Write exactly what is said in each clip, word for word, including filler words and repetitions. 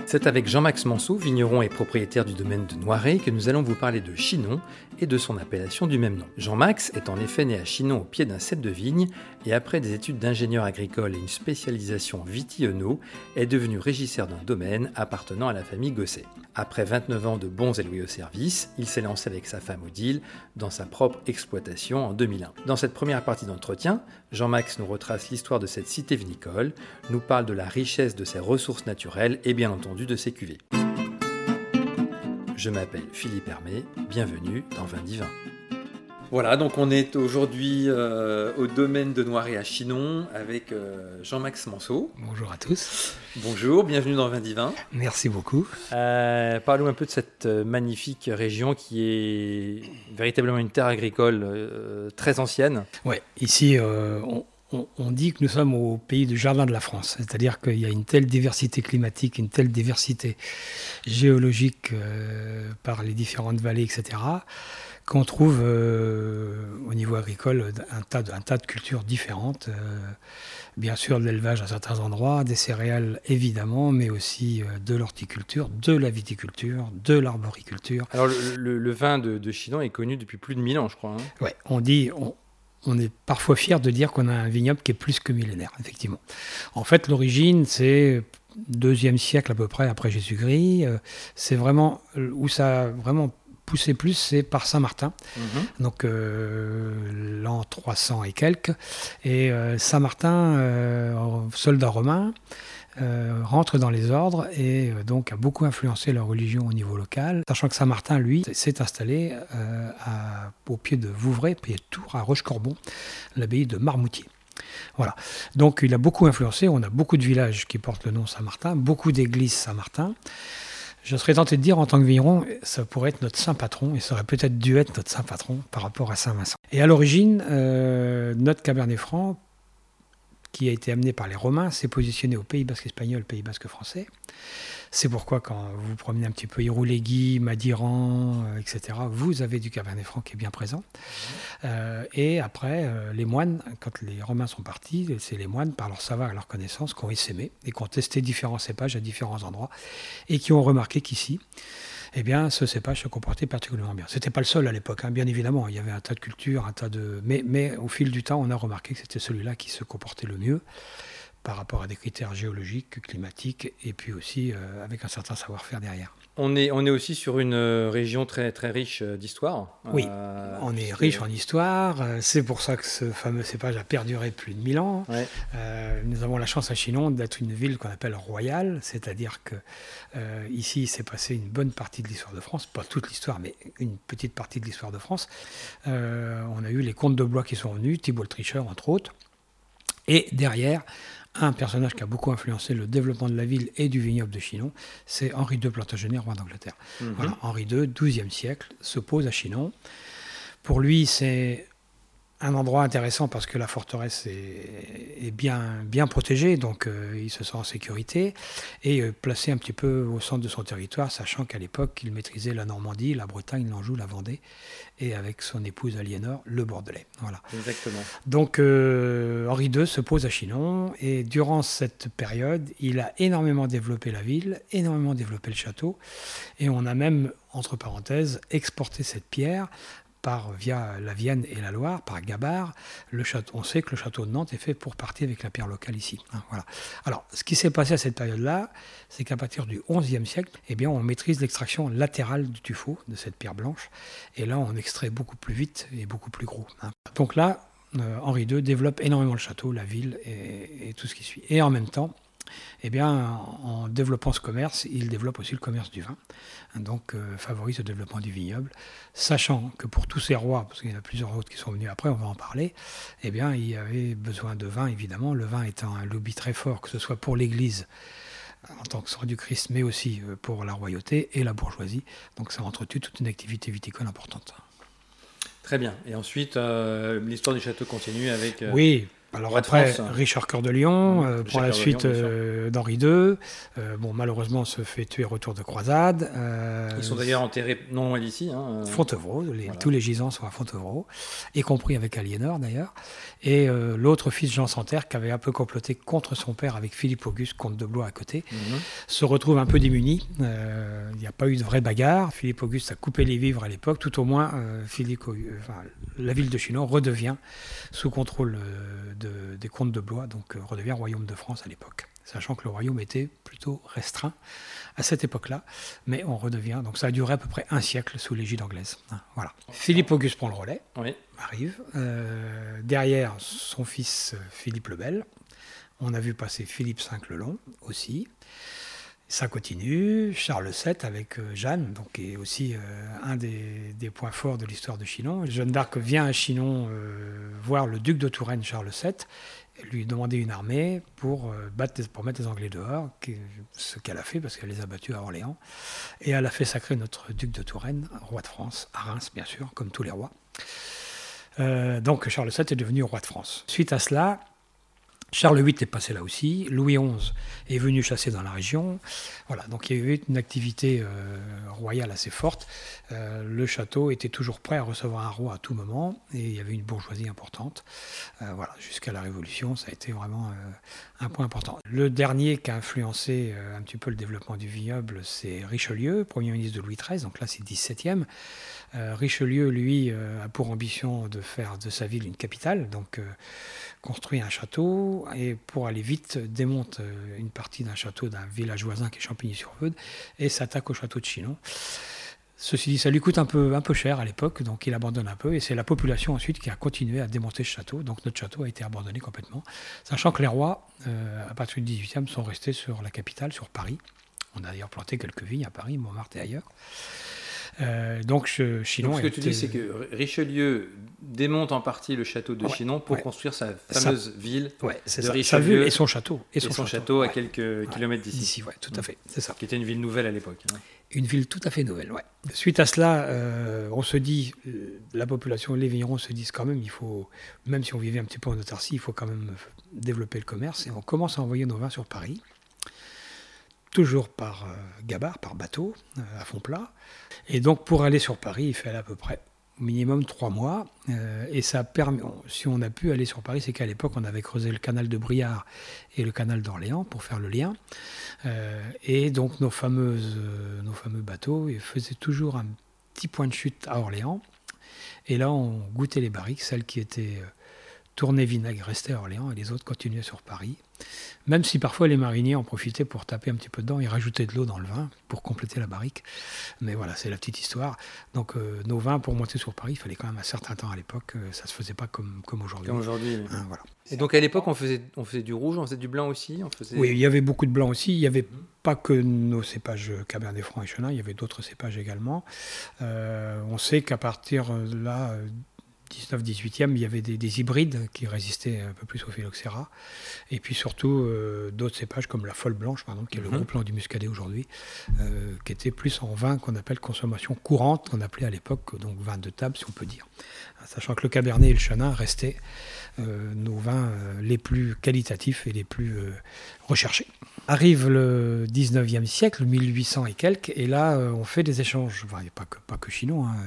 C'est avec Jean-Max Manceau, vigneron et propriétaire du domaine de Noiret, que nous allons vous parler de Chinon et de son appellation du même nom. Jean-Max est en effet né à Chinon au pied d'un cep de vigne et après des études d'ingénieur agricole et une spécialisation viti-œno, est devenu régisseur d'un domaine appartenant à la famille Gosset. Après vingt-neuf ans de bons et loyaux services, il s'est lancé avec sa femme Odile dans sa propre exploitation en deux mille un. Dans cette première partie d'entretien, Jean-Max nous retrace l'histoire de cette cité vinicole, nous parle de la richesse de ses ressources naturelles et bien entendu de ses cuvées. Je m'appelle Philippe Hermé, bienvenue dans Vin Divin. Voilà, donc on est aujourd'hui euh, au domaine de Noiret à Chinon avec euh, Jean-Max Manceau. Bonjour à tous. Bonjour, bienvenue dans Vin Divin. Merci beaucoup. Euh, parlons un peu de cette magnifique région qui est véritablement une terre agricole euh, très ancienne. Ouais, ici euh, on, on, on dit que nous sommes au pays du jardin de la France, c'est-à-dire qu'il y a une telle diversité climatique, une telle diversité géologique euh, par les différentes vallées, et cetera, qu'on trouve euh, au niveau agricole un tas de, un tas de cultures différentes. Euh, bien sûr de l'élevage à certains endroits, des céréales évidemment, mais aussi euh, de l'horticulture, de la viticulture, de l'arboriculture. Alors le, le, le vin de, de Chinon est connu depuis plus de mille ans, je crois. Hein. Ouais, on dit... On, On est parfois fier de dire qu'on a un vignoble qui est plus que millénaire, effectivement. En fait, l'origine, c'est deuxième siècle à peu près après Jésus-Christ. C'est vraiment où ça a vraiment poussé plus, c'est par Saint-Martin, mmh. donc euh, l'an trois cents et quelques. Et euh, Saint-Martin, euh, soldat romain, Euh, rentre dans les ordres et euh, donc a beaucoup influencé la religion au niveau local, sachant que Saint-Martin, lui, s'est installé euh, à, au pied de Vouvray, pied de Tours, à Rochecorbon, l'abbaye de Marmoutier. Voilà. Donc il a beaucoup influencé, on a beaucoup de villages qui portent le nom Saint-Martin, beaucoup d'églises Saint-Martin. Je serais tenté de dire, en tant que vigneron, ça pourrait être notre saint patron, et ça aurait peut-être dû être notre saint patron par rapport à Saint-Vincent. Et à l'origine, euh, notre Cabernet Franc, qui a été amené par les Romains, s'est positionné au Pays Basque espagnol, Pays Basque français. C'est pourquoi quand vous vous promenez un petit peu Irouléguy, Madiran, euh, et cetera, vous avez du Cabernet Franc qui est bien présent. Mmh. Euh, et après, euh, les moines, quand les Romains sont partis, c'est les moines, par leur savoir et leur connaissance, qui ont essaimé et qui ont testé différents cépages à différents endroits et qui ont remarqué qu'ici, eh bien, ce cépage se comportait particulièrement bien. Ce n'était pas le seul à l'époque, hein, bien évidemment. Il y avait un tas de cultures, un tas de... Mais, mais au fil du temps, on a remarqué que c'était celui-là qui se comportait le mieux par rapport à des critères géologiques, climatiques, et puis aussi euh, avec un certain savoir-faire derrière. On est, on est aussi sur une région très, très riche d'histoire. Oui, euh, on est riche en histoire. C'est pour ça que ce fameux cépage a perduré plus de mille ans. Ouais. Euh, nous avons la chance à Chinon d'être une ville qu'on appelle royale, c'est-à-dire que euh, ici, il s'est passé une bonne partie de l'histoire de France, pas toute l'histoire, mais une petite partie de l'histoire de France. Euh, on a eu les comtes de Blois qui sont venus, Thibault le Tricheur, entre autres. Et derrière, un personnage qui a beaucoup influencé le développement de la ville et du vignoble de Chinon, c'est Henri deux Plantagenet, roi d'Angleterre. Mmh. Voilà, Henri deux, douzième siècle, se pose à Chinon. Pour lui, c'est un endroit intéressant parce que la forteresse est, est bien, bien protégée, donc euh, il se sent en sécurité, et euh, placé un petit peu au centre de son territoire, sachant qu'à l'époque, il maîtrisait la Normandie, la Bretagne, l'Anjou, la Vendée, et avec son épouse Aliénor, le Bordelais. Voilà. Exactement. Donc euh, Henri deux se pose à Chinon, et durant cette période, il a énormément développé la ville, énormément développé le château, et on a même, entre parenthèses, exporté cette pierre par, via la Vienne et la Loire, par Gabard. Le château, on sait que le château de Nantes est fait pour partie avec la pierre locale ici. Hein, voilà. Alors, ce qui s'est passé à cette période-là, c'est qu'à partir du onzième siècle, eh bien, on maîtrise l'extraction latérale du tuffeau, de cette pierre blanche, et là, on extrait beaucoup plus vite et beaucoup plus gros. Hein. Donc là, euh, Henri deux développe énormément le château, la ville et, et tout ce qui suit. Et en même temps, eh bien, en développant ce commerce, il développe aussi le commerce du vin, donc euh, favorise le développement du vignoble, sachant que pour tous ces rois, parce qu'il y en a plusieurs autres qui sont venus après, on va en parler, eh bien, il y avait besoin de vin, évidemment, le vin étant un lobby très fort, que ce soit pour l'Église, en tant que sang du Christ, mais aussi pour la royauté et la bourgeoisie, donc ça entretient toute une activité viticole importante. Très bien. Et ensuite, euh, l'histoire du château continue avec... Euh... Oui, Alors Roi de après, France. Richard Cœur de Lion, euh, Richard pour la Cœur de suite Lion, bien sûr. euh, d'Henri deux. Euh, bon, malheureusement, se fait tuer retour de croisade. Euh, Ils sont d'ailleurs enterrés non loin d'ici. Hein. Fontevraud, les- Voilà. tous les gisants sont à Fontevraud, y compris avec Aliénor d'ailleurs. Et euh, l'autre fils, Jean Santerre, qui avait un peu comploté contre son père avec Philippe Auguste, comte de Blois à côté, Mhm. se retrouve un peu démuni. Euh, Il n'y a pas eu de vraie bagarre. Philippe Auguste a coupé les vivres à l'époque. Tout au moins, euh, Philippe, euh, enfin, la ville de Chinon redevient sous contrôle euh, de- des comtes de Blois, donc euh, redevient royaume de France à l'époque. Sachant que le royaume était plutôt restreint à cette époque-là, mais on redevient. Donc ça a duré à peu près un siècle sous l'égide anglaise. Hein, voilà. Philippe Auguste prend le relais, Oui. arrive. Euh, derrière, son fils euh, Philippe le Bel. On a vu passer Philippe cinq le Long aussi. Ça continue. Charles sept avec euh, Jeanne, donc, qui est aussi euh, un des, des points forts de l'histoire de Chinon. Jeanne d'Arc vient à Chinon euh, voir le duc de Touraine, Charles sept, lui demander une armée pour, euh, battre, pour mettre les Anglais dehors, qui- ce qu'elle a fait parce qu'elle les a battus à Orléans. Et elle a fait sacrer notre duc de Touraine, roi de France, à Reims bien sûr, comme tous les rois. Euh, donc Charles sept est devenu roi de France. Suite à cela, Charles huit est passé là aussi, Louis onze est venu chasser dans la région. Voilà, donc il y a eu une activité euh, royale assez forte. Euh, le château était toujours prêt à recevoir un roi à tout moment et il y avait une bourgeoisie importante. Euh, voilà, jusqu'à la Révolution, ça a été vraiment euh, un point important. Le dernier qui a influencé euh, un petit peu le développement du vignoble, c'est Richelieu, Premier ministre de Louis treize, donc là c'est dix-septième. Euh, Richelieu, lui, euh, a pour ambition de faire de sa ville une capitale, donc euh, construit un château et pour aller vite démonte euh, une partie d'un château d'un village voisin qui est Champigny-sur-Veude et s'attaque au château de Chinon. Ceci dit, ça lui coûte un peu, un peu cher à l'époque, donc il abandonne un peu et c'est la population ensuite qui a continué à démonter ce château, donc notre château a été abandonné complètement, sachant que les rois, euh, à partir du dix-huitième, sont restés sur la capitale, sur Paris. On a d'ailleurs planté quelques vignes à Paris, Montmartre et ailleurs. Euh, donc je, Chinon. Donc, ce que a tu été... dis, c'est que Richelieu démonte en partie le château de Ouais, Chinon pour ouais. construire sa fameuse Ça, ville ouais, c'est de ça. Richelieu. Sa ville et son château. Et son, et son château, château ouais. à quelques ouais. kilomètres d'ici. D'ici, ouais, tout à fait, c'est ça. Qui était une ville nouvelle à l'époque. Hein. Une ville tout à fait nouvelle, ouais. Suite à cela, euh, on se dit, euh, la population, les vignerons se disent quand même, il faut, même si on vivait un petit peu en autarcie, il faut quand même développer le commerce. Et on commence à envoyer nos vins sur Paris. Toujours par euh, gabarre, par bateau, euh, à fond plat. Et donc, pour aller sur Paris, il fallait à peu près au minimum trois mois. Euh, et ça permet, si on a pu aller sur Paris, c'est qu'à l'époque, on avait creusé le canal de Briare et le canal d'Orléans pour faire le lien. Euh, et donc, nos, fameuses, euh, nos fameux bateaux ils faisaient toujours un petit point de chute à Orléans. Et là, on goûtait les barriques, celles qui étaient... Euh, tournées vinaigre restaient à Orléans et les autres continuaient sur Paris. Même si parfois les mariniers en profitaient pour taper un petit peu dedans et rajouter de l'eau dans le vin pour compléter la barrique. Mais voilà, c'est la petite histoire. Donc euh, nos vins, pour monter sur Paris, il fallait quand même un certain temps à l'époque. Euh, ça ne se faisait pas comme, comme aujourd'hui. Comme aujourd'hui, oui. Hein, voilà. Et donc à l'époque, on faisait, on faisait du rouge, on faisait du blanc aussi on faisait... Oui, il y avait beaucoup de blanc aussi. Il n'y avait pas que nos cépages Cabernet Franc et Chenin, il y avait d'autres cépages également. Euh, on sait qu'à partir de là... dix-neuf dix-huitième, il y avait des, des hybrides qui résistaient un peu plus au phylloxéra. Et puis surtout, euh, d'autres cépages comme la folle blanche, par exemple, qui est le mm-hmm. gros plan du muscadet aujourd'hui, euh, qui était plus en vin qu'on appelle consommation courante, qu'on appelait à l'époque donc vin de table, si on peut dire. Sachant que le cabernet et le chenin restaient euh, nos vins euh, les plus qualitatifs et les plus euh, recherchés. Arrive le dix-neuvième siècle, mille huit cents et quelques, et là, euh, on fait des échanges. Enfin, pas que, pas que Chinon, hein.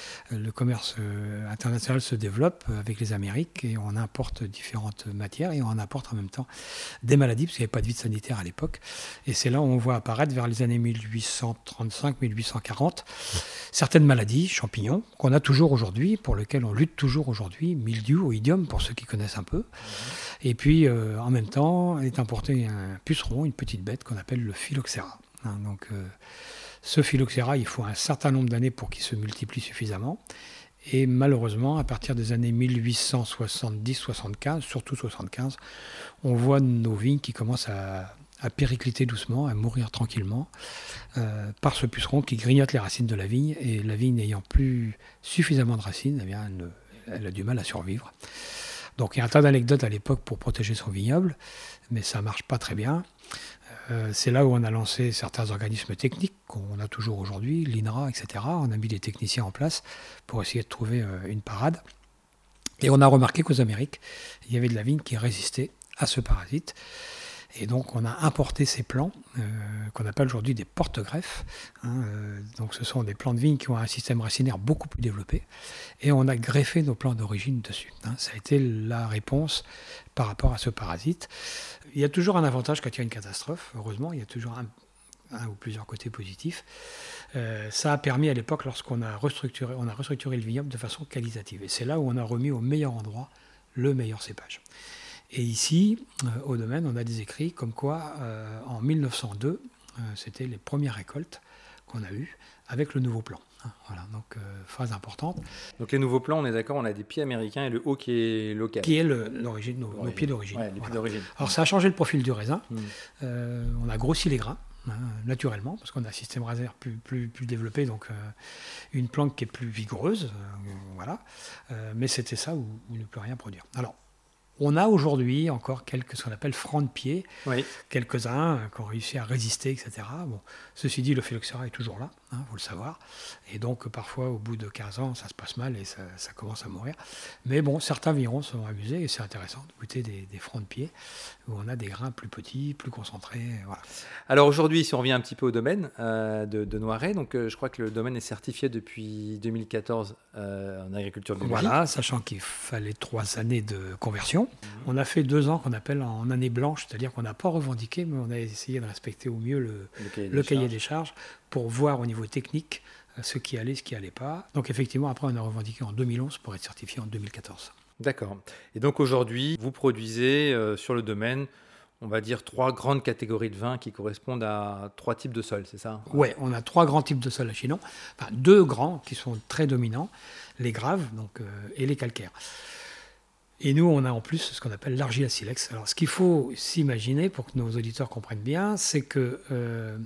Le commerce euh, international se développe avec les Amériques et on importe différentes matières et on importe en même temps des maladies parce qu'il n'y avait pas de vide sanitaire à l'époque. Et c'est là où on voit apparaître vers les années mille huit cent trente-cinq mille huit cent quarante certaines maladies, champignons, qu'on a toujours aujourd'hui, pour lesquelles on lutte toujours aujourd'hui, mildiou, oïdium, pour ceux qui connaissent un peu. Et puis, euh, en même temps, est importé un puceron, une petite bête qu'on appelle le phylloxéra. Hein, donc... Euh, Ce phylloxéra, il faut un certain nombre d'années pour qu'il se multiplie suffisamment. Et malheureusement, à partir des années mille huit cent soixante-dix soixante-quinze, surtout soixante-quinze, on voit nos vignes qui commencent à, à péricliter doucement, à mourir tranquillement, euh, par ce puceron qui grignote les racines de la vigne. Et la vigne n'ayant plus suffisamment de racines, eh bien, elle, ne, elle a du mal à survivre. Donc il y a un tas d'anecdotes à l'époque pour protéger son vignoble, mais ça ne marche pas très bien. Euh, c'est là où on a lancé certains organismes techniques qu'on a toujours aujourd'hui, l'INRA, et cetera. On a mis des techniciens en place pour essayer de trouver euh, une parade. Et on a remarqué qu'aux Amériques, il y avait de la vigne qui résistait à ce parasite. Et donc, on a importé ces plants euh, qu'on appelle aujourd'hui des porte-greffes. Hein, euh, donc, ce sont des plants de vigne qui ont un système racinaire beaucoup plus développé. Et on a greffé nos plants d'origine dessus. Hein. Ça a été la réponse par rapport à ce parasite. Il y a toujours un avantage quand il y a une catastrophe. Heureusement, il y a toujours un, un ou plusieurs côtés positifs. Euh, ça a permis à l'époque, lorsqu'on a restructuré, on a restructuré le vignoble de façon qualitative. Et c'est là où on a remis au meilleur endroit le meilleur cépage. Et ici, euh, au domaine, on a des écrits comme quoi, euh, en mille neuf cent deux, euh, c'était les premières récoltes qu'on a eues avec le nouveau plan. Hein, voilà, donc euh, phase importante. Donc les nouveaux plants, on est d'accord, on a des pieds américains et le haut qui est local. Qui est le, l'origine, nos, nos pieds d'origine. Ouais, les pieds voilà. d'origine. Alors ça a changé le profil du raisin. Mmh. Euh, on a grossi les grains. Hein, naturellement, parce qu'on a un système raisin plus, plus, plus développé, donc euh, une plante qui est plus vigoureuse, euh, voilà. Euh, mais c'était ça où, où ne peut rien produire. Alors, on a aujourd'hui encore quelques, ce qu'on appelle francs de pied, oui. quelques-uns euh, qui ont réussi à résister, et cetera. Bon, ceci dit, le phylloxéra est toujours là, il hein, faut le savoir. Et donc, parfois, au bout de quinze ans, ça se passe mal et ça, ça commence à mourir. Mais bon, certains vignerons se sont amusés et c'est intéressant de goûter des, des francs de pied où on a des grains plus petits, plus concentrés. Voilà. Alors aujourd'hui, si on revient un petit peu au domaine euh, de, de Noiret, donc euh, je crois que le domaine est certifié depuis deux mille quatorze euh, en agriculture biologique. Voilà, sachant qu'il fallait trois années de conversion. Mmh. On a fait deux ans qu'on appelle en année blanche, c'est-à-dire qu'on n'a pas revendiqué, mais on a essayé de respecter au mieux le, le cahier, le des, cahier charges. des charges pour voir au niveau technique ce qui allait, ce qui n'allait pas. Donc effectivement, après, on a revendiqué en deux mille onze pour être certifié en deux mille quatorze. D'accord. Et donc aujourd'hui, vous produisez euh, sur le domaine, on va dire, trois grandes catégories de vins qui correspondent à trois types de sols, c'est ça ? Oui, on a trois grands types de sols à Chinon. Enfin, deux grands qui sont très dominants, les graves donc, euh, et les calcaires. Et nous, on a en plus ce qu'on appelle l'argile à silex. Alors, ce qu'il faut s'imaginer, pour que nos auditeurs comprennent bien, c'est que euh,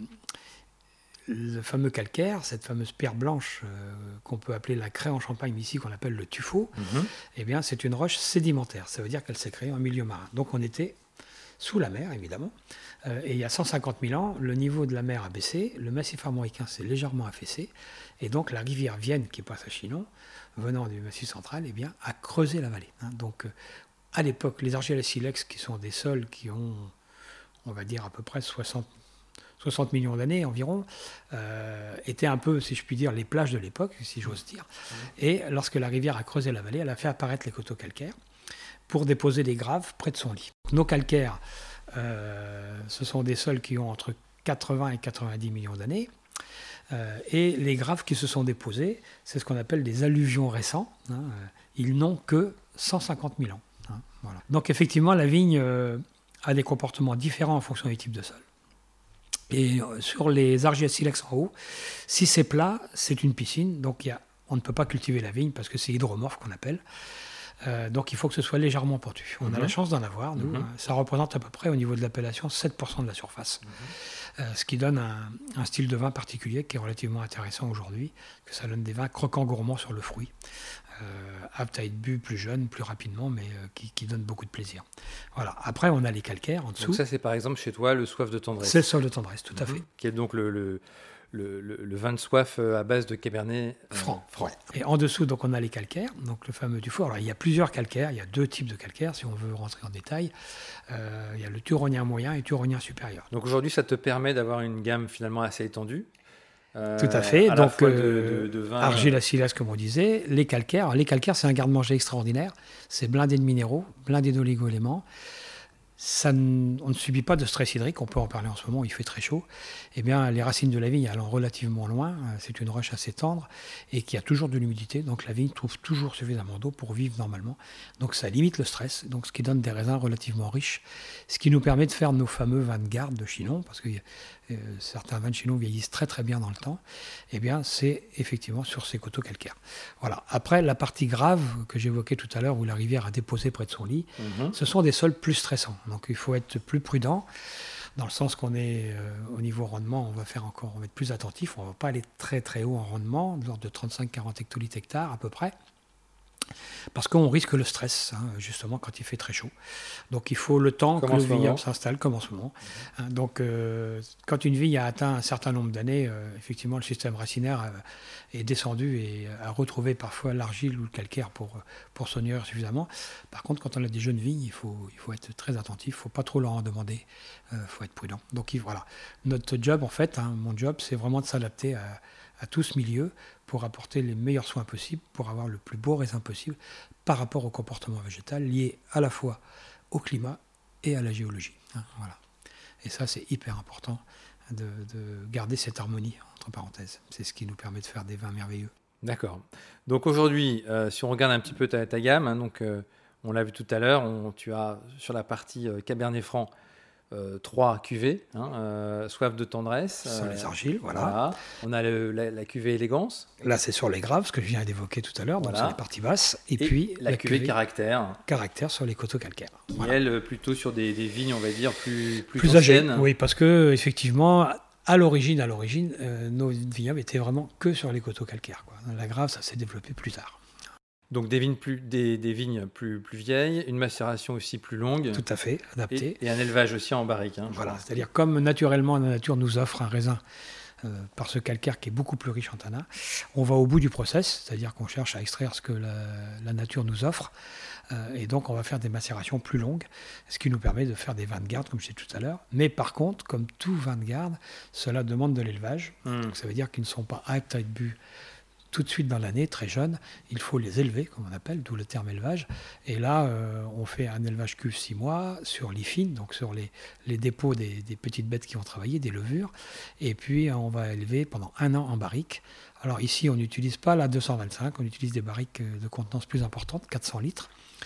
le fameux calcaire, cette fameuse pierre blanche euh, qu'on peut appeler la craie en Champagne ici, qu'on appelle le tuffeau, mm-hmm. eh bien, c'est une roche sédimentaire. Ça veut dire qu'elle s'est créée en milieu marin. Donc, on était sous la mer, évidemment. Euh, et il y a cent cinquante mille ans, le niveau de la mer a baissé, le massif armoricain s'est légèrement affaissé, et donc la rivière Vienne, qui passe à Chinon, venant du massif central, eh bien, a creusé la vallée. Hein. Donc, euh, à l'époque, les argiles à silex, qui sont des sols qui ont, on va dire, à peu près soixante millions d'années environ, euh, étaient un peu, si je puis dire, les plages de l'époque, si j'ose dire. Mmh. Et lorsque la rivière a creusé la vallée, elle a fait apparaître les coteaux calcaires pour déposer des graves près de son lit. Nos calcaires, euh, ce sont des sols qui ont entre quatre-vingts et quatre-vingt-dix millions d'années. Euh, et les graves qui se sont déposés, c'est ce qu'on appelle des alluvions récents. Hein, euh, ils n'ont que cent cinquante mille ans. Hein, voilà. Donc effectivement, la vigne euh, a des comportements différents en fonction des types de sol. Et euh, sur les argiles à silex en haut, si c'est plat, c'est une piscine. Donc y a, on ne peut pas cultiver la vigne parce que c'est hydromorphe qu'on appelle. Euh, donc il faut que ce soit légèrement pentu. On mmh. a la chance d'en avoir, nous. Mmh. Ça représente à peu près au niveau de l'appellation sept pour cent de la surface. Mmh. Euh, ce qui donne un, un style de vin particulier qui est relativement intéressant aujourd'hui, que ça donne des vins croquants gourmands sur le fruit, euh, aptes à être bu plus jeune, plus rapidement, mais euh, qui, qui donnent beaucoup de plaisir. Voilà. Après, on a les calcaires en dessous. Donc ça, c'est par exemple chez toi le soif de tendresse. C'est le soif de tendresse, tout mmh. à fait. Qui est donc le... le... Le, le, le vin de soif à base de cabernet euh, franc. franc. Ouais. Et en dessous, donc, on a les calcaires, donc le fameux tuffeau. Alors, il y a plusieurs calcaires, il y a deux types de calcaires, si on veut rentrer en détail. Euh, il y a le turonien moyen et le turonien supérieur. Donc aujourd'hui, ça te permet d'avoir une gamme finalement assez étendue. Euh, Tout à fait. À donc, euh, de, de, de vin, argile à silex, comme on disait. Les calcaires. Alors, les calcaires, c'est un garde-manger extraordinaire. C'est blindé de minéraux, blindé d'oligo-éléments. Ça, on ne subit pas de stress hydrique, on peut en parler en ce moment, il fait très chaud. Eh bien, les racines de la vigne allant relativement loin, c'est une roche assez tendre et qui a toujours de l'humidité, donc la vigne trouve toujours suffisamment d'eau pour vivre normalement. Donc ça limite le stress, donc ce qui donne des raisins relativement riches, ce qui nous permet de faire nos fameux vins de garde de Chinon, parce que euh, certains vins de Chinon vieillissent très très bien dans le temps. Eh bien, c'est effectivement sur ces coteaux calcaires. Voilà. Après, la partie grave que j'évoquais tout à l'heure, où la rivière a déposé près de son lit, mmh. ce sont des sols plus stressants. Donc il faut être plus prudent, dans le sens qu'on est euh, au niveau rendement, on va faire encore, on va être plus attentif, on ne va pas aller très très haut en rendement, de l'ordre de trente-cinq à quarante hectolitres hectares à peu près. Parce qu'on risque le stress, hein, justement, quand il fait très chaud. Donc il faut le temps comme que le vignoble vignoble s'installe, comme en ce moment. Hein, donc euh, quand une vigne a atteint un certain nombre d'années, euh, effectivement, le système racinaire euh, est descendu et a retrouvé parfois l'argile ou le calcaire pour, pour se nourrir suffisamment. Par contre, quand on a des jeunes vignes, il faut, il faut être très attentif, il ne faut pas trop leur en demander, il euh, faut être prudent. Donc voilà, notre job, en fait, hein, mon job, c'est vraiment de s'adapter à, à tout ce milieu pour apporter les meilleurs soins possibles, pour avoir le plus beau raisin possible par rapport au comportement végétal lié à la fois au climat et à la géologie. Hein, voilà. Et ça, c'est hyper important de, de garder cette harmonie, entre parenthèses. C'est ce qui nous permet de faire des vins merveilleux. D'accord. Donc aujourd'hui, euh, si on regarde un petit peu ta, ta gamme, hein, donc, euh, on l'a vu tout à l'heure, on, tu as sur la partie euh, Cabernet Franc Euh, trois cuvées, hein, euh, soif de tendresse. Sur euh, les argiles, voilà. voilà. On a le, la, la cuvée élégance. Là, c'est sur les graves, ce que je viens d'évoquer tout à l'heure, Voilà. donc sur les parties basses. Et, Et puis la, la cuvée, cuvée caractère. Caractère sur les coteaux calcaires. Qui, voilà. elle, plutôt sur des, des vignes, on va dire, plus, plus, plus anciennes. âgées. Oui, parce que effectivement, à l'origine, à l'origine, euh, nos vignobles étaient vraiment que sur les coteaux calcaires, quoi. La grave, ça s'est développé plus tard. Donc des vignes plus, des, des vignes plus, plus vieilles, une macération aussi plus longue. Tout à fait, adaptée. Et, et un élevage aussi en barrique. Hein, voilà, c'est-à-dire comme naturellement la nature nous offre un raisin euh, par ce calcaire qui est beaucoup plus riche en tanins, on va au bout du process, c'est-à-dire qu'on cherche à extraire ce que la, la nature nous offre. Euh, et donc on va faire des macérations plus longues, ce qui nous permet de faire des vins de garde, comme je disais tout à l'heure. Mais par contre, comme tout vin de garde, cela demande de l'élevage. Mmh. Donc ça veut dire qu'ils ne sont pas aptes à être bu tout de suite dans l'année, très jeunes, il faut les élever, comme on appelle, d'où le terme élevage. Et là, euh, on fait un élevage cuve six mois sur l'I F I N, donc sur les, les dépôts des, des petites bêtes qui ont travaillé, des levures. Et puis, on va élever pendant un an en barrique. Alors ici, on n'utilise pas la deux cent vingt-cinq, on utilise des barriques de contenance plus importante, quatre cents litres.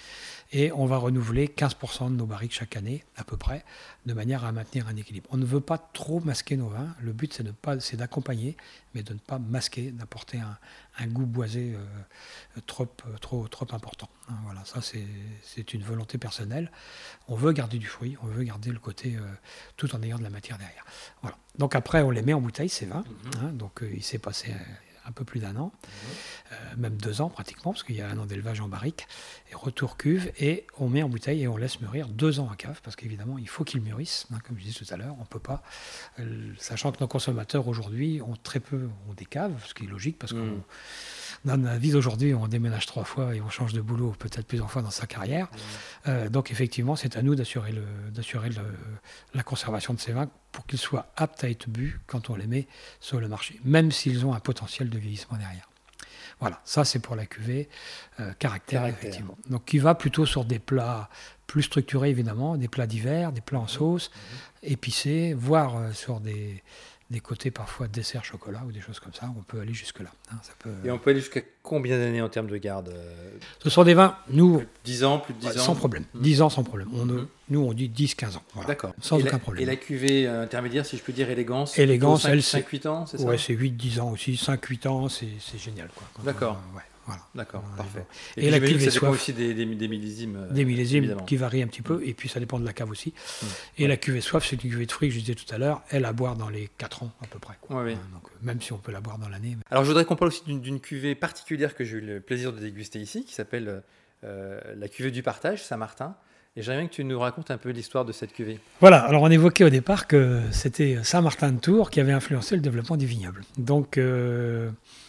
Et on va renouveler quinze pour cent de nos barriques chaque année, à peu près, de manière à maintenir un équilibre. On ne veut pas trop masquer nos vins. Le but, c'est, de pas, c'est d'accompagner, mais de ne pas masquer, d'apporter un, un goût boisé euh, trop, trop, trop important. Hein, voilà, ça, c'est, c'est une volonté personnelle. On veut garder du fruit, on veut garder le côté, euh, tout en ayant de la matière derrière. Voilà. Donc après, on les met en bouteille, ces vins. Mm-hmm. Hein, donc euh, il s'est passé un peu plus d'un an, euh, même deux ans pratiquement, parce qu'il y a un an d'élevage en barrique, et retour cuve, et on met en bouteille et on laisse mûrir deux ans en cave, parce qu'évidemment, il faut qu'ils mûrissent, hein, comme je disais tout à l'heure, on ne peut pas, euh, sachant que nos consommateurs aujourd'hui ont très peu, ont des caves, ce qui est logique, parce mmh. qu'on dans la vie d'aujourd'hui, on déménage trois fois et on change de boulot peut-être plusieurs fois dans sa carrière. Mmh. Euh, donc effectivement, c'est à nous d'assurer, le, d'assurer le, la conservation de ces vins pour qu'ils soient aptes à être bu quand on les met sur le marché, même s'ils ont un potentiel de vieillissement derrière. Voilà, ça c'est pour la cuvée euh, caractère, caractère, effectivement. Donc qui va plutôt sur des plats plus structurés évidemment, des plats d'hiver, des plats en sauce, mmh. épicés, voire euh, sur des, des côtés parfois dessert chocolat ou des choses comme ça, on peut aller jusque-là. Hein, ça peut... Et on peut aller jusqu'à combien d'années en termes de garde? Ce sont des vins, nous... Plus de dix ans, plus de dix ouais, ans sans problème, mmh. dix ans sans problème. On, mmh. Nous, on dit dix à quinze ans. Voilà. D'accord. Sans et aucun la, problème. Et la cuvée intermédiaire, si je peux dire, élégance Élégance, cinq, elle, cinq huit ans, c'est ça? Ouais, c'est huit dix ans aussi. cinq huit ans, c'est, c'est génial. Quoi, D'accord. On, ouais, voilà. D'accord, on parfait. Et, et la cuvée ça soif, dépend aussi des, des, des millésimes. Des millésimes évidemment. Qui varient un petit peu, et puis ça dépend de la cave aussi. Mmh. Et ouais. la cuvée soif, c'est une cuvée de fruits que je disais tout à l'heure, elle à boire dans les quatre ans à peu près. Quoi. Ouais, oui. Donc, même si on peut la boire dans l'année. Mais... Alors je voudrais qu'on parle aussi d'une, d'une cuvée particulière que j'ai eu le plaisir de déguster ici, qui s'appelle euh, la cuvée du partage, Saint-Martin. Et j'aimerais bien que tu nous racontes un peu l'histoire de cette cuvée. Voilà, alors on évoquait au départ que c'était Saint-Martin de Tours qui avait influencé le développement du vignoble. Donc euh,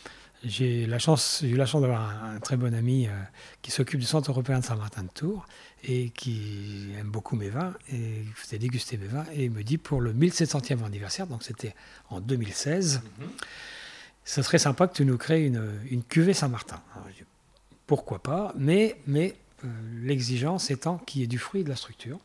j'ai, la chance, j'ai eu la chance d'avoir un, un très bon ami euh, qui s'occupe du Centre européen de Saint-Martin de Tours et qui aime beaucoup mes vins et qui faisait déguster mes vins. Et il me dit pour le mille sept centième anniversaire, donc c'était en deux mille seize, mm-hmm. ce serait sympa que tu nous crées une, une cuvée Saint-Martin. Alors, je dis, pourquoi pas, mais... mais Euh, l'exigence étant qu'il y ait du fruit et de la structure.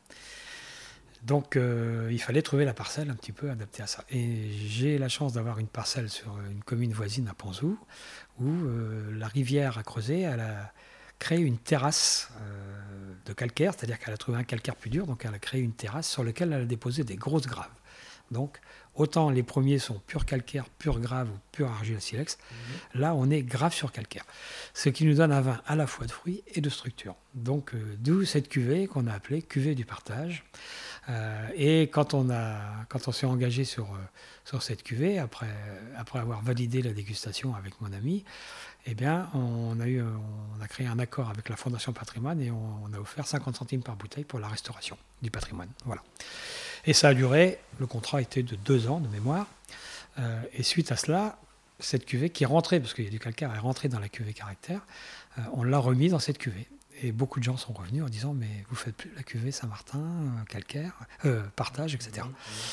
Donc euh, il fallait trouver la parcelle un petit peu adaptée à ça. Et j'ai la chance d'avoir une parcelle sur une commune voisine à Panzou, où euh, la rivière a creusé, elle a créé une terrasse euh, de calcaire, c'est-à-dire qu'elle a trouvé un calcaire plus dur, donc elle a créé une terrasse sur laquelle elle a déposé des grosses graves. Donc autant les premiers sont pur calcaire, pur grave ou pur argile silex, mmh. là on est grave sur calcaire. Ce qui nous donne un vin à la fois de fruits et de structure. Donc euh, d'où cette cuvée qu'on a appelée cuvée du partage, Euh, et quand on, a, quand on s'est engagé sur, euh, sur cette cuvée, après, après avoir validé la dégustation avec mon ami, eh bien, on a, eu, on a créé un accord avec la Fondation Patrimoine et on, on a offert cinquante centimes par bouteille pour la restauration du patrimoine. Voilà. Et ça a duré, le contrat était de deux ans de mémoire. Euh, et suite à cela, cette cuvée qui est rentrée, parce qu'il y a du calcaire, est rentrée dans la cuvée caractère, euh, on l'a remis dans cette cuvée. Et beaucoup de gens sont revenus en disant « mais vous ne faites plus la cuvée Saint-Martin, euh, calcaire, euh, partage, et cetera » Mmh, mmh.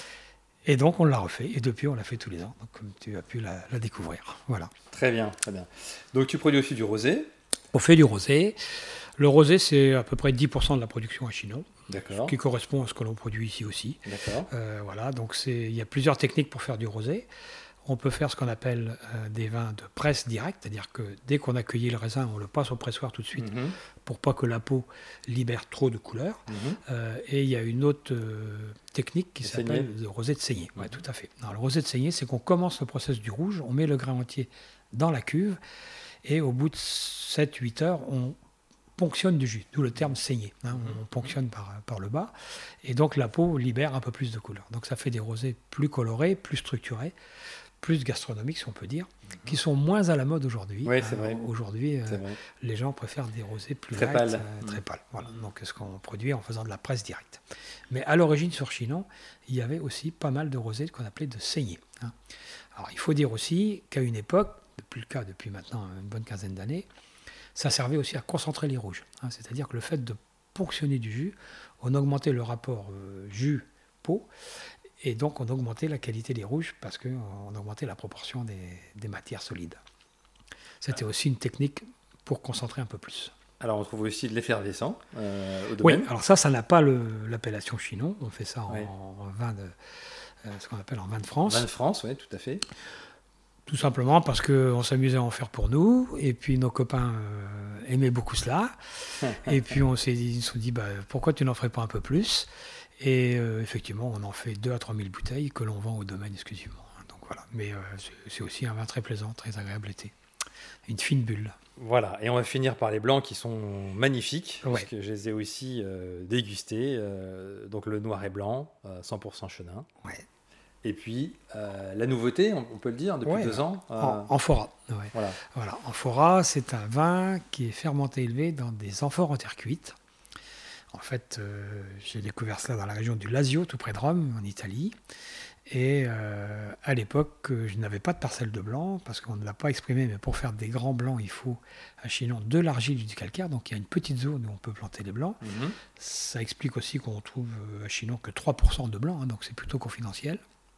Et donc on l'a refait, et depuis on l'a fait tous les ans, donc comme tu as pu la, la découvrir. Voilà. Très bien, très bien. Donc tu produis aussi du rosé? On fait du rosé. Le rosé, c'est à peu près dix pour cent de la production à Chinon. D'accord. Ce qui correspond à ce que l'on produit ici aussi. D'accord. Euh, voilà, donc c'est, il y a plusieurs techniques pour faire du rosé. On peut faire ce qu'on appelle euh, des vins de presse directe, c'est-à-dire que dès qu'on a cueilli le raisin, on le passe au pressoir tout de suite mmh. pour pas que la peau libère trop de couleurs. Mmh. Euh, et il y a une autre euh, technique qui le s'appelle saigner. Le rosé de saignée. Mmh. Ouais, tout à fait. Alors, le rosé de saignée, c'est qu'on commence le process du rouge, on met le grain entier dans la cuve et au bout de sept huit heures, on ponctionne du jus, d'où le terme saigner. Hein, on ponctionne par, par le bas et donc la peau libère un peu plus de couleurs. Donc ça fait des rosés plus colorés, plus structurés, plus gastronomiques, si on peut dire, mmh. qui sont moins à la mode aujourd'hui. Oui, c'est euh, vrai. Aujourd'hui, euh, c'est vrai. les gens préfèrent des rosés plus très pâles. Euh, très pâles. Voilà. Donc, ce qu'on produit en faisant de la presse directe. Mais à l'origine, sur Chinon, il y avait aussi pas mal de rosés qu'on appelait de saignés. Hein. Alors, il faut dire aussi qu'à une époque, depuis le cas depuis maintenant une bonne quinzaine d'années, ça servait aussi à concentrer les rouges. Hein. C'est-à-dire que le fait de ponctionner du jus, on augmentait le rapport euh, jus-peau. Et donc, on augmentait la qualité des rouges parce qu'on augmentait la proportion des, des matières solides. C'était aussi une technique pour concentrer un peu plus. Alors, on trouve aussi de l'effervescent euh, au domaine. Oui, alors ça, ça n'a pas le, l'appellation Chinon. On fait ça en, ouais. en vin de, euh, ce qu'on appelle en vin de France. Vin de France, oui, tout à fait. Tout simplement parce qu'on s'amusait à en faire pour nous. Et puis, nos copains euh, aimaient beaucoup cela. Et puis, on s'est dit, ils se sont dit bah, pourquoi tu n'en ferais pas un peu plus ? Et euh, effectivement, on en fait deux à trois mille bouteilles que l'on vend au domaine exclusivement. Donc voilà. Mais euh, c'est, c'est aussi un vin très plaisant, très agréable l'été. Une fine bulle. Voilà. Et on va finir par les blancs qui sont magnifiques, ouais. parce que je les ai aussi euh, dégustés. Euh, donc le noir et blanc, euh, cent pour cent chenin. Ouais. Et puis euh, la nouveauté, on, on peut le dire, depuis ouais, deux ans. Euh... En, amphora. Ouais. Voilà. Voilà. Amphora, c'est un vin qui est fermenté élevé dans des amphores en terre cuite. En fait, euh, j'ai découvert cela dans la région du Lazio, tout près de Rome, en Italie. Et euh, à l'époque, je n'avais pas de parcelle de blanc, parce qu'on ne l'a pas exprimé, mais pour faire des grands blancs, il faut à Chinon de l'argile et du calcaire. Donc il y a une petite zone où on peut planter les blancs. Mm-hmm. Ça explique aussi qu'on trouve à Chinon que trois pour cent de blanc, hein, donc c'est plutôt confidentiel.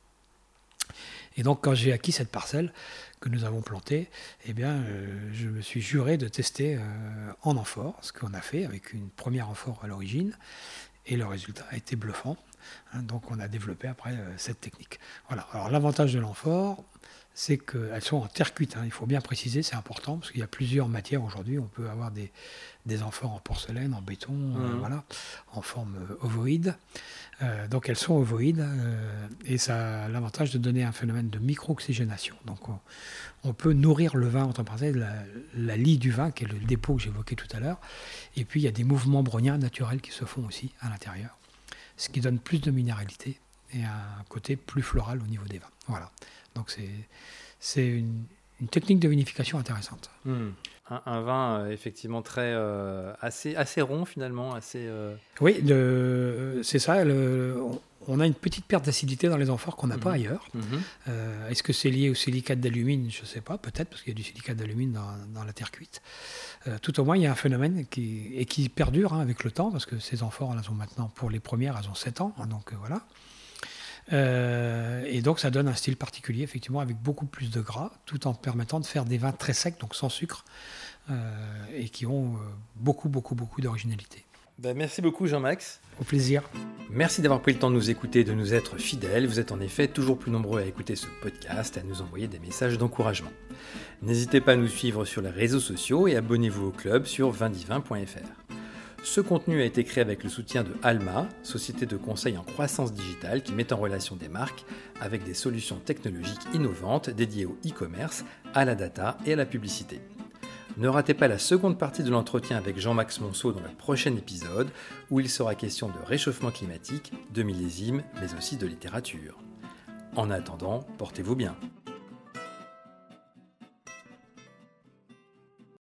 Et donc, quand j'ai acquis cette parcelle que nous avons plantée, eh bien, euh, je me suis juré de tester euh, en amphore, ce qu'on a fait avec une première amphore à l'origine, et le résultat a été bluffant. Hein, donc, on a développé après euh, cette technique. Voilà. Alors, l'avantage de l'amphore, c'est qu'elles sont en terre cuite. Hein, il faut bien préciser, c'est important, parce qu'il y a plusieurs matières aujourd'hui. On peut avoir des, des amphores en porcelaine, en béton, mmh. euh, voilà, en forme euh, ovoïde. Euh, donc elles sont ovoïdes euh, et ça a l'avantage de donner un phénomène de micro-oxygénation. Donc on, on peut nourrir le vin, entre parenthèses, la, la lie du vin, qui est le dépôt que j'évoquais tout à l'heure. Et puis il y a des mouvements browniens naturels qui se font aussi à l'intérieur, ce qui donne plus de minéralité et un côté plus floral au niveau des vins. Voilà. Donc c'est, c'est une, une technique de vinification intéressante. Mmh. Un, un vin euh, effectivement très euh, assez assez rond finalement, assez. Euh... Oui, le, c'est ça. Le, on a une petite perte d'acidité dans les amphores qu'on n'a mmh. pas ailleurs. Mmh. Euh, est-ce que c'est lié au silicate d'alumine ? Je ne sais pas, peut-être parce qu'il y a du silicate d'alumine dans, dans la terre cuite. Euh, tout au moins, il y a un phénomène qui et qui perdure hein, avec le temps, parce que ces amphores, elles ont maintenant pour les premières, elles ont sept ans, hein, donc euh, voilà. Euh, et donc ça donne un style particulier effectivement avec beaucoup plus de gras tout en permettant de faire des vins très secs donc sans sucre euh, et qui ont euh, beaucoup beaucoup beaucoup d'originalité. Ben, merci beaucoup Jean-Max. Au plaisir. Merci d'avoir pris le temps de nous écouter et de nous être fidèles. Vous êtes en effet toujours plus nombreux à écouter ce podcast et à nous envoyer des messages d'encouragement. N'hésitez pas à nous suivre sur les réseaux sociaux et abonnez-vous au club sur vindivin point f r. Ce contenu a été créé avec le soutien de Alma, société de conseil en croissance digitale qui met en relation des marques avec des solutions technologiques innovantes dédiées au e-commerce, à la data et à la publicité. Ne ratez pas la seconde partie de l'entretien avec Jean-Max Monceau dans le prochain épisode, où il sera question de réchauffement climatique, de millésimes, mais aussi de littérature. En attendant, portez-vous bien.